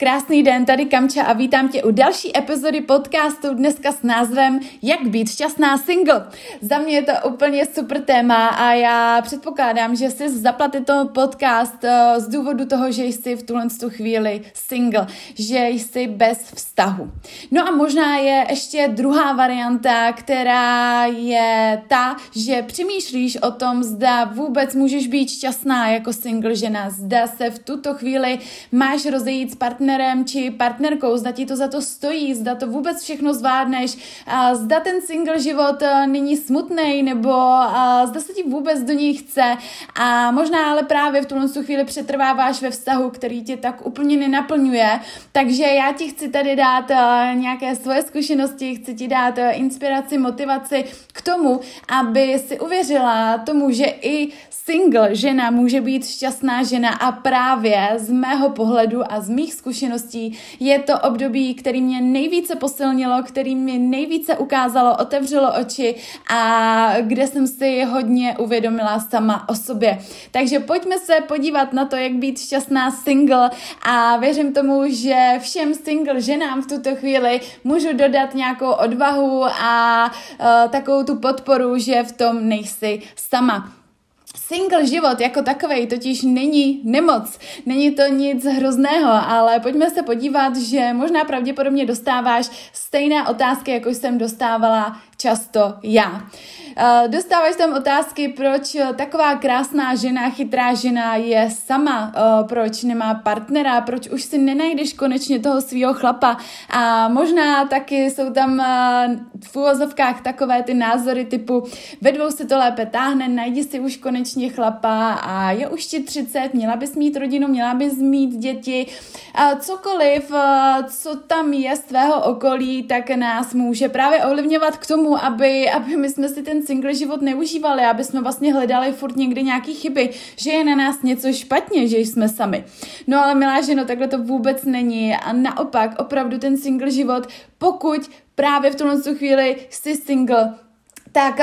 Krásný den, tady Kamča a vítám tě u další epizody podcastu dneska s názvem Jak být šťastná single. Za mě je to úplně super téma a já předpokládám, že jsi zapla tento podcast z důvodu toho, že jsi v tuhle chvíli single, že jsi bez vztahu. No a možná je ještě druhá varianta, která je ta, že přemýšlíš o tom, zda vůbec můžeš být šťastná jako single žena, zda se v tuto chvíli máš rozejít s partnerem či partnerkou, zda ti to za to stojí, zda to vůbec všechno zvládneš, zda ten single život není smutnej, nebo zda se ti vůbec do něj chce a možná ale právě v tuhle chvíli přetrváváš ve vztahu, který tě tak úplně nenaplňuje, takže já ti chci tady dát nějaké svoje zkušenosti, chci ti dát inspiraci, motivaci k tomu, aby si uvěřila tomu, že i single žena může být šťastná žena a právě z mého pohledu a z mých zkušeností je to období, který mě nejvíce posilnilo, který mě nejvíce ukázalo, otevřelo oči a kde jsem si hodně uvědomila sama o sobě. Takže pojďme se podívat na to, jak být šťastná single a věřím tomu, že všem single ženám v tuto chvíli můžu dodat nějakou odvahu a takovou tu podporu, že v tom nejsi sama. Single život jako takovej totiž není nemoc, není to nic hrozného, ale pojďme se podívat, že možná pravděpodobně dostáváš stejné otázky, jako jsem dostávala často já. Dostáváš tam otázky, proč taková krásná žena, chytrá žena je sama, proč nemá partnera, proč už si nenajdeš konečně toho svýho chlapa a možná taky jsou tam v uvozovkách takové ty názory typu ve dvou se to lépe táhne, najdi si už konečně chlapa a je už ti 30, měla bys mít rodinu, měla bys mít děti, cokoliv, co tam je z tvého okolí, tak nás může právě ovlivňovat k tomu, aby my jsme si ten single život neužívali, aby jsme vlastně hledali furt někde nějaký chyby, že je na nás něco špatně, že jsme sami. No ale milá ženo, takhle to vůbec není a naopak opravdu ten single život, pokud právě v tuhle chvíli jsi single, tak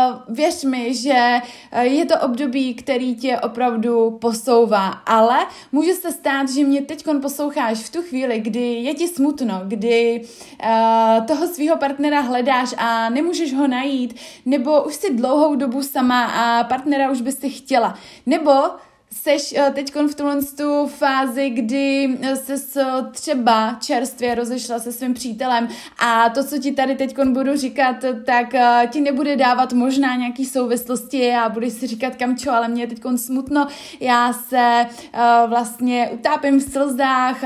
věř mi, že je to období, který tě opravdu posouvá, ale může se stát, že mě teďkon posloucháš v tu chvíli, kdy je ti smutno, kdy toho svého partnera hledáš a nemůžeš ho najít, nebo už jsi dlouhou dobu sama a partnera už bys si chtěla, nebo seš teďkon v tuhle fázi, kdy ses třeba čerstvě rozešla se svým přítelem a to, co ti tady teďkon budu říkat, tak ti nebude dávat možná nějaký souvislosti a budeš si říkat, Kamčo, ale mě je teďkon smutno, já se vlastně utápím v slzách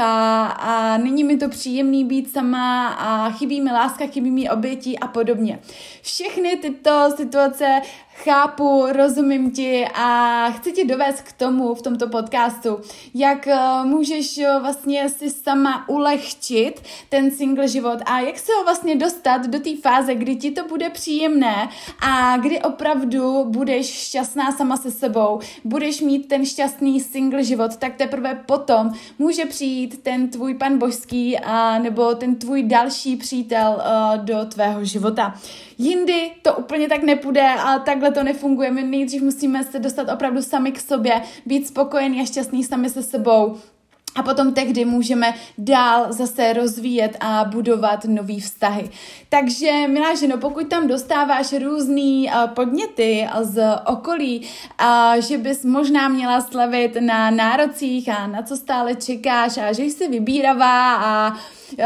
a není mi to příjemný být sama a chybí mi láska, chybí mi obětí a podobně. Všechny tyto situace chápu, rozumím ti a chci ti dovést k tomu v tomto podcastu, jak můžeš vlastně si sama ulehčit ten single život a jak se ho vlastně dostat do té fáze, kdy ti to bude příjemné a kdy opravdu budeš šťastná sama se sebou, budeš mít ten šťastný single život, tak teprve potom může přijít ten tvůj pan božský a nebo ten tvůj další přítel do tvého života. Jindy to úplně tak nepůjde a takhle to nefunguje. My nejdřív musíme se dostat opravdu sami k sobě, být spokojení a šťastní sami se sebou. A potom tehdy můžeme dál zase rozvíjet a budovat nový vztahy. Takže, milá ženo, pokud tam dostáváš různý podněty z okolí, že bys možná měla slevit na nárocích a na co stále čekáš a že jsi vybíravá a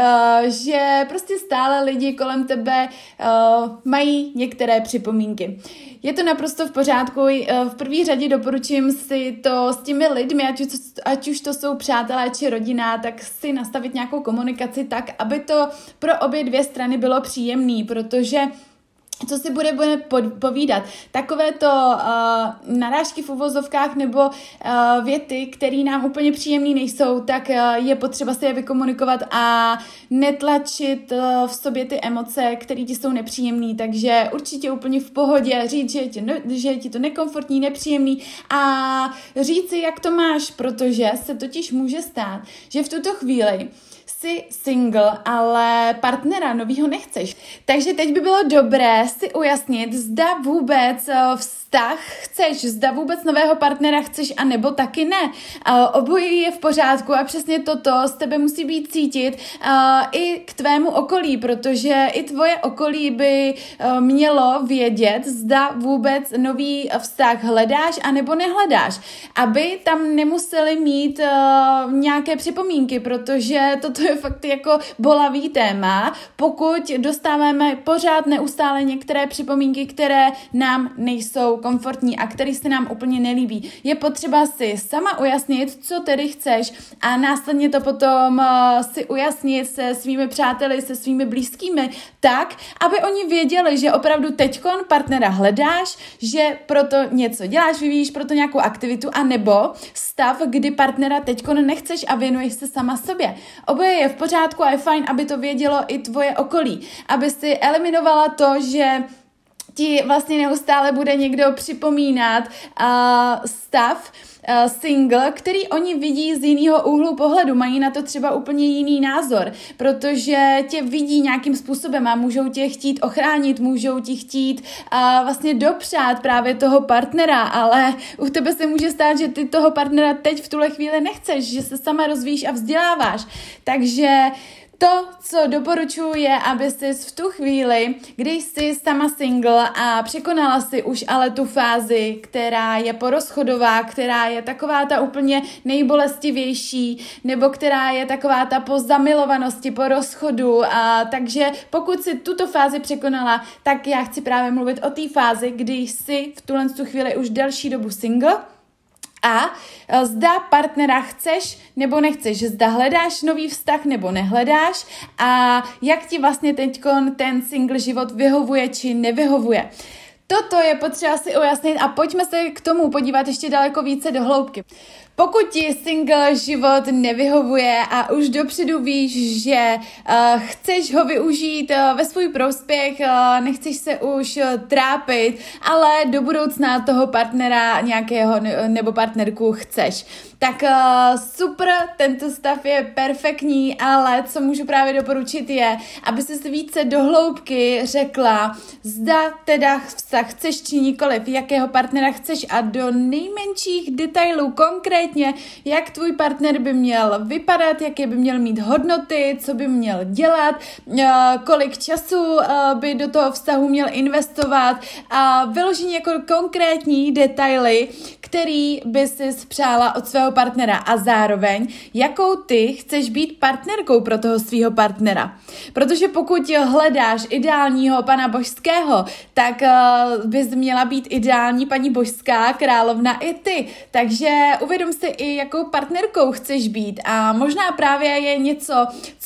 že prostě stále lidi kolem tebe mají některé připomínky. Je to naprosto v pořádku. V první řadě doporučím si to s těmi lidmi, ať už to jsou přátelé či rodina, tak si nastavit nějakou komunikaci tak, aby to pro obě dvě strany bylo příjemné, protože co si bude povídat. Takovéto narážky v uvozovkách nebo věty, které nám úplně příjemný nejsou, tak je potřeba si je vykomunikovat a netlačit v sobě ty emoce, které ti jsou nepříjemné. Takže určitě úplně v pohodě říct, že je ti to nekomfortní, nepříjemný a říct si, jak to máš, protože se totiž může stát, že v tuto chvíli jsi single, ale partnera novýho nechceš. Takže teď by bylo dobré si ujasnit, zda vůbec vztah chceš, zda vůbec nového partnera chceš a nebo taky ne. Obojí je v pořádku a přesně toto z tebe musí být cítit i k tvému okolí, protože i tvoje okolí by mělo vědět, zda vůbec nový vztah hledáš a nebo nehledáš, aby tam nemuseli mít nějaké připomínky, protože toto je fakt jako bolavý téma, pokud dostáváme pořád neustále některé připomínky, které nám nejsou komfortní a který se nám úplně nelíbí. Je potřeba si sama ujasnit, co tedy chceš a následně to potom si ujasnit se svými přáteli, se svými blízkými tak, aby oni věděli, že opravdu teďkon partnera hledáš, že proto něco děláš, vyvíjíš proto nějakou aktivitu, anebo stav, kdy partnera teďkon nechceš a věnuješ se sama sobě. Oboje je v pořádku a je fajn, aby to vědělo i tvoje okolí, aby si eliminovala to, že ti vlastně neustále bude někdo připomínat stav single, který oni vidí z jiného úhlu pohledu, mají na to třeba úplně jiný názor, protože tě vidí nějakým způsobem a můžou tě chtít ochránit, můžou ti chtít vlastně dopřát právě toho partnera, ale u tebe se může stát, že ty toho partnera teď v tuhle chvíli nechceš, že se sama rozvíjíš a vzděláváš, takže to, co doporučuji, je, aby jsi v tu chvíli, když jsi sama single a překonala si už ale tu fázi, která je porozchodová, která je taková ta úplně nejbolestivější, nebo která je taková ta po zamilovanosti, po rozchodu. Takže pokud si tuto fázi překonala, tak já chci právě mluvit o té fázi, kdy jsi v tuhle chvíli už delší dobu single, a zda partnera chceš nebo nechceš, zda hledáš nový vztah nebo nehledáš a jak ti vlastně teďkon ten single život vyhovuje či nevyhovuje. Toto je potřeba si ujasnit a pojďme se k tomu podívat ještě daleko více do hloubky. Pokud ti single život nevyhovuje a už dopředu víš, že chceš ho využít ve svůj prospěch, nechceš se už trápit, ale do budoucna toho partnera nějakého nebo partnerku chceš, tak super, tento stav je perfektní, ale co můžu právě doporučit je, aby si více do hloubky řekla, zda teda vztah chceš či nikoliv, jakého partnera chceš a do nejmenších detailů konkrétně, jak tvůj partner by měl vypadat, jaké by měl mít hodnoty, co by měl dělat, kolik času by do toho vztahu měl investovat a vyloženě jako konkrétní detaily, který by si přála od svého partnera a zároveň, jakou ty chceš být partnerkou pro toho svého partnera. Protože pokud hledáš ideálního pana božského, tak bys měla být ideální paní božská královna i ty. Takže uvědom si i, jakou partnerkou chceš být a možná právě je něco,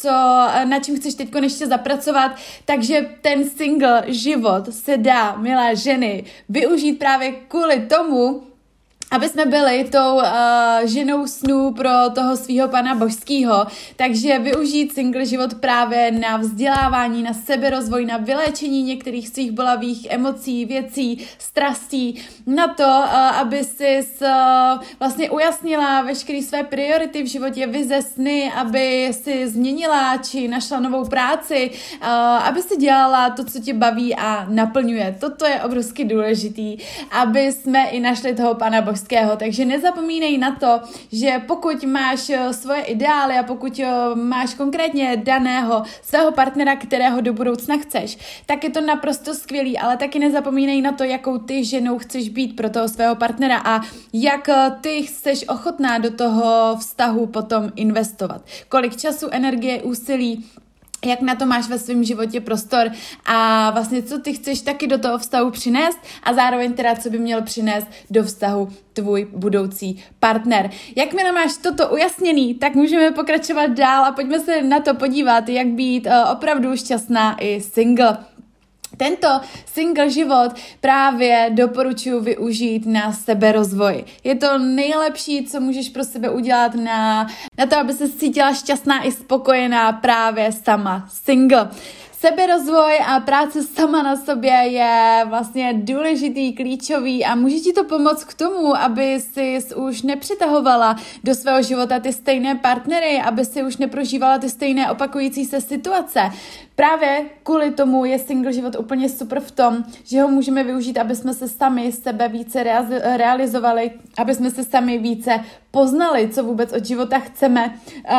na čím chceš teď ještě zapracovat, takže ten single život se dá, milé ženy, využít právě kvůli tomu, aby jsme byli tou ženou snů pro toho svého pana božského. Takže využít single život právě na vzdělávání, na seberozvoj, na vyléčení některých svých bolavých emocí, věcí, strastí, na to, aby si vlastně ujasnila veškeré své priority v životě, vize, sny, aby si změnila či našla novou práci, aby si dělala to, co tě baví a naplňuje. Toto je obrovsky důležitý, aby jsme i našli toho pana božského. Takže nezapomínej na to, že pokud máš svoje ideály a pokud máš konkrétně daného svého partnera, kterého do budoucna chceš, tak je to naprosto skvělý, ale taky nezapomínej na to, jakou ty ženou chceš být pro toho svého partnera a jak ty jsi ochotná do toho vztahu potom investovat. Kolik času, energie, úsilí, jak na to máš ve svém životě prostor a vlastně co ty chceš taky do toho vztahu přinést a zároveň teda co by měl přinést do vztahu tvůj budoucí partner. Jakmile máš toto ujasněný, tak můžeme pokračovat dál a pojďme se na to podívat, jak být opravdu šťastná i single. Tento single život právě doporučuji využít na seberozvoj. Je to nejlepší, co můžeš pro sebe udělat na to, aby se cítila šťastná i spokojená právě sama single. Seberozvoj a práce sama na sobě je vlastně důležitý, klíčový a může ti to pomoct k tomu, aby si už nepřitahovala do svého života ty stejné partnery, aby si už neprožívala ty stejné opakující se situace. Právě kvůli tomu je single život úplně super v tom, že ho můžeme využít, aby jsme se sami sebe více realizovali, aby jsme se sami více poznali, co vůbec od života chceme,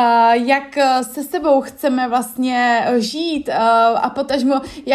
jak se sebou chceme vlastně žít a potažmo,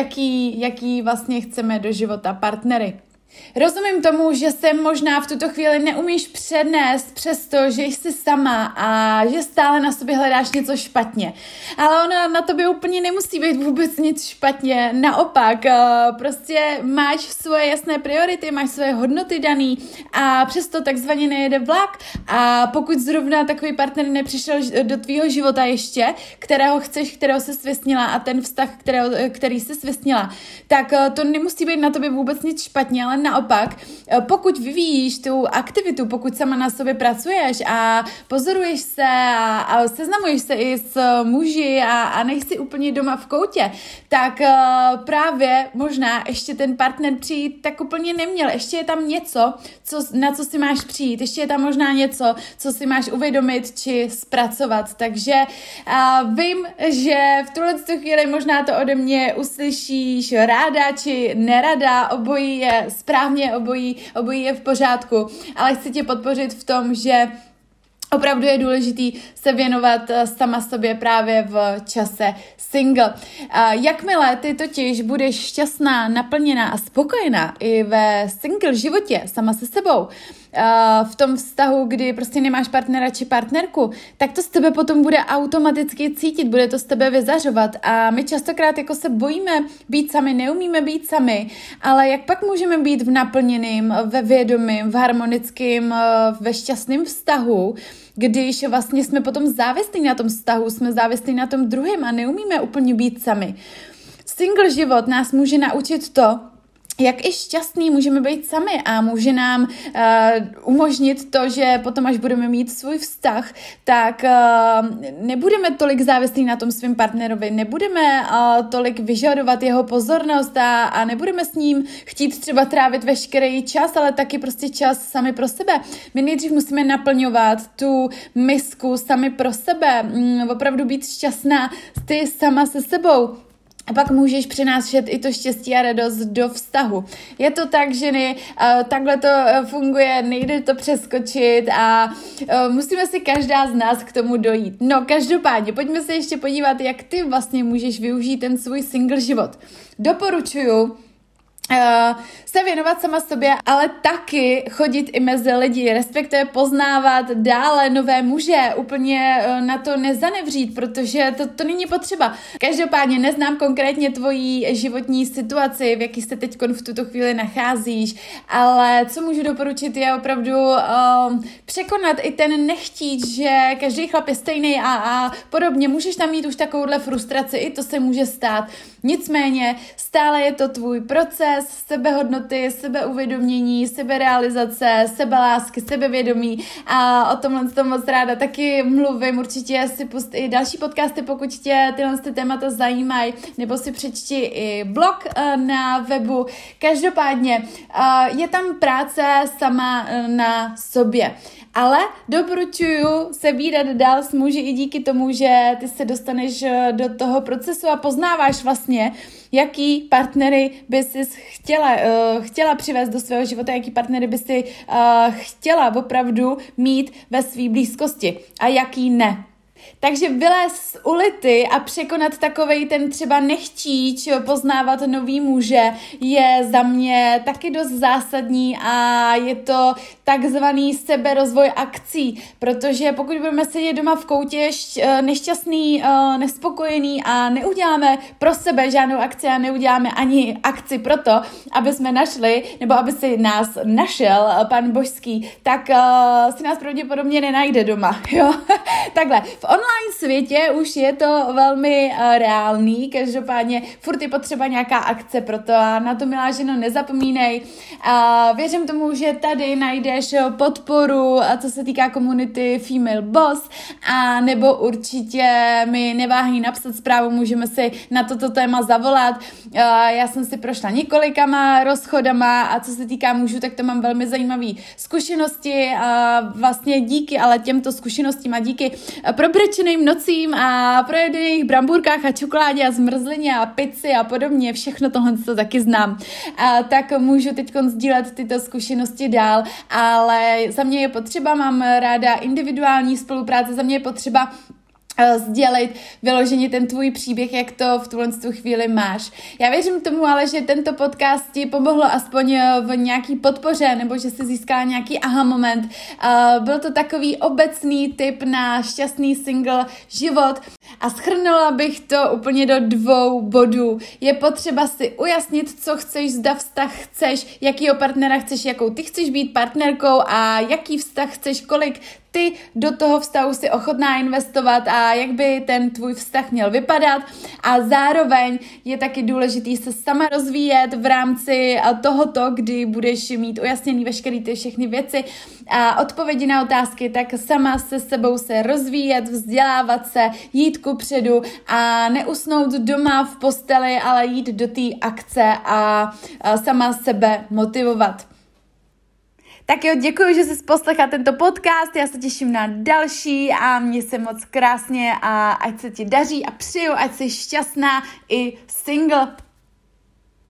jaký vlastně chceme do života partnery. Rozumím tomu, že se možná v tuto chvíli neumíš přednést přesto, že jsi sama a že stále na sobě hledáš něco špatně. Ale ona na tobě úplně nemusí být vůbec nic špatně. Naopak, prostě máš svoje jasné priority, máš svoje hodnoty daný a přesto takzvaně nejede vlak. A pokud zrovna takový partner nepřišel do tvýho života ještě, kterého chceš, kterého jsi svystnila a ten vztah, který jsi svystnila, tak to nemusí být na tobě vůbec nic špatně, ale naopak, pokud vyvíjíš tu aktivitu, pokud sama na sobě pracuješ a pozoruješ se a seznamuješ se i s muži a nejsi úplně doma v koutě, tak právě možná ještě ten partner přijít tak úplně neměl. Ještě je tam něco, na co si máš přijít. Ještě je tam možná něco, co si máš uvědomit či zpracovat. Takže vím, že v tuhle chvíli možná to ode mě uslyšíš ráda či nerada, obojí je správně, obojí je v pořádku, ale chci tě podpořit v tom, že opravdu je důležitý se věnovat sama sobě právě v čase single. Jakmile ty totiž budeš šťastná, naplněná a spokojená i ve single životě sama se sebou, v tom vztahu, kdy prostě nemáš partnera či partnerku, tak to z tebe potom bude automaticky cítit, bude to z tebe vyzařovat a my častokrát jako se bojíme být sami, neumíme být sami, ale jak pak můžeme být v naplněným, ve vědomým, v harmonickém, ve šťastném vztahu, když vlastně jsme potom závislí na tom vztahu, jsme závislí na tom druhém a neumíme úplně být sami. Single život nás může naučit to, jak i šťastný můžeme být sami a může nám umožnit to, že potom, až budeme mít svůj vztah, tak nebudeme tolik závislí na tom svým partnerovi, nebudeme tolik vyžadovat jeho pozornost a nebudeme s ním chtít třeba trávit veškerý čas, ale taky prostě čas sami pro sebe. My nejdřív musíme naplňovat tu misku sami pro sebe, opravdu být šťastná ty sama se sebou. A pak můžeš přinášet i to štěstí a radost do vztahu. Je to tak, ženy, takhle to funguje, nejde to přeskočit a musíme si každá z nás k tomu dojít. No, každopádně, pojďme se ještě podívat, jak ty vlastně můžeš využít ten svůj single život. Doporučuju se věnovat sama sobě, ale taky chodit i mezi lidi, respektive poznávat dále nové muže, úplně na to nezanevřít, protože to není potřeba. Každopádně neznám konkrétně tvoji životní situaci, v jaký se teď v tuto chvíli nacházíš, ale co můžu doporučit je opravdu překonat i ten nechtít, že každý chlap je stejný a podobně. Můžeš tam mít už takovouhle frustraci, i to se může stát. Nicméně stále je to tvůj proces sebehodnoty, sebeuvědomění, seberealizace, sebelásky, sebevědomí a o tomhle tom moc ráda taky mluvím. Určitě si pust i další podcasty, pokud tě tyhle témata zajímají, nebo si přečti i blog na webu. Každopádně je tam práce sama na sobě. Ale doporučuju se vídat dál s muži i díky tomu, že ty se dostaneš do toho procesu a poznáváš vlastně, jaký partnery by si chtěla přivést do svého života, jaký partnery by si chtěla opravdu mít ve své blízkosti a jaký ne. Takže vylézt z ulity a překonat takovej ten třeba nechtíč poznávat nový muže je za mě taky dost zásadní a je to takzvaný seberozvoj akcí, protože pokud budeme sedět doma v koutě nešťastný, nespokojený a neuděláme pro sebe žádnou akci a neuděláme ani akci pro to, aby jsme našli, nebo aby si nás našel pan božský, tak si nás pravděpodobně nenajde doma, jo? Takhle, v online světě už je to velmi reálný, každopádně furt je potřeba nějaká akce pro to a na to, milá ženo, nezapomínej. Věřím tomu, že tady najdeš podporu, co se týká komunity Female Boss, a nebo určitě mi neváhej napsat zprávu, můžeme si na toto téma zavolat. Já jsem si prošla několikama rozchodama a co se týká mužů, tak to mám velmi zajímavé zkušenosti a vlastně díky ale těmto zkušenostím a díky probrečeným nocím a projedených brambůrkách a čokoládě a zmrzlině a pici a podobně, všechno tohle to taky znám. Tak můžu teď sdílet tyto zkušenosti dál, ale za mě je potřeba, mám ráda individuální spolupráce, za mě je potřeba sdělit vyloženě ten tvůj příběh, jak to v tuhle chvíli máš. Já věřím tomu, ale že tento podcast ti pomohlo aspoň v nějaký podpoře, nebo že jsi získala nějaký aha moment. Byl to takový obecný tip na šťastný single život a shrnula bych to úplně do 2 bodů. Je potřeba si ujasnit, co chceš, zda vztah chceš, jakýho partnera chceš, jakou ty chceš být partnerkou a jaký vztah chceš, kolik ty do toho vztahu si ochotná investovat a jak by ten tvůj vztah měl vypadat. A zároveň je taky důležitý se sama rozvíjet v rámci tohoto, kdy budeš mít ujasněný veškeré ty všechny věci a odpovědi na otázky, tak sama se sebou se rozvíjet, vzdělávat se, jít kupředu a neusnout doma v posteli, ale jít do té akce a sama sebe motivovat. Tak jo, děkuji, že jsi poslechla tento podcast, já se těším na další a měj se moc krásně a ať se ti daří a přeju, ať jsi šťastná i single.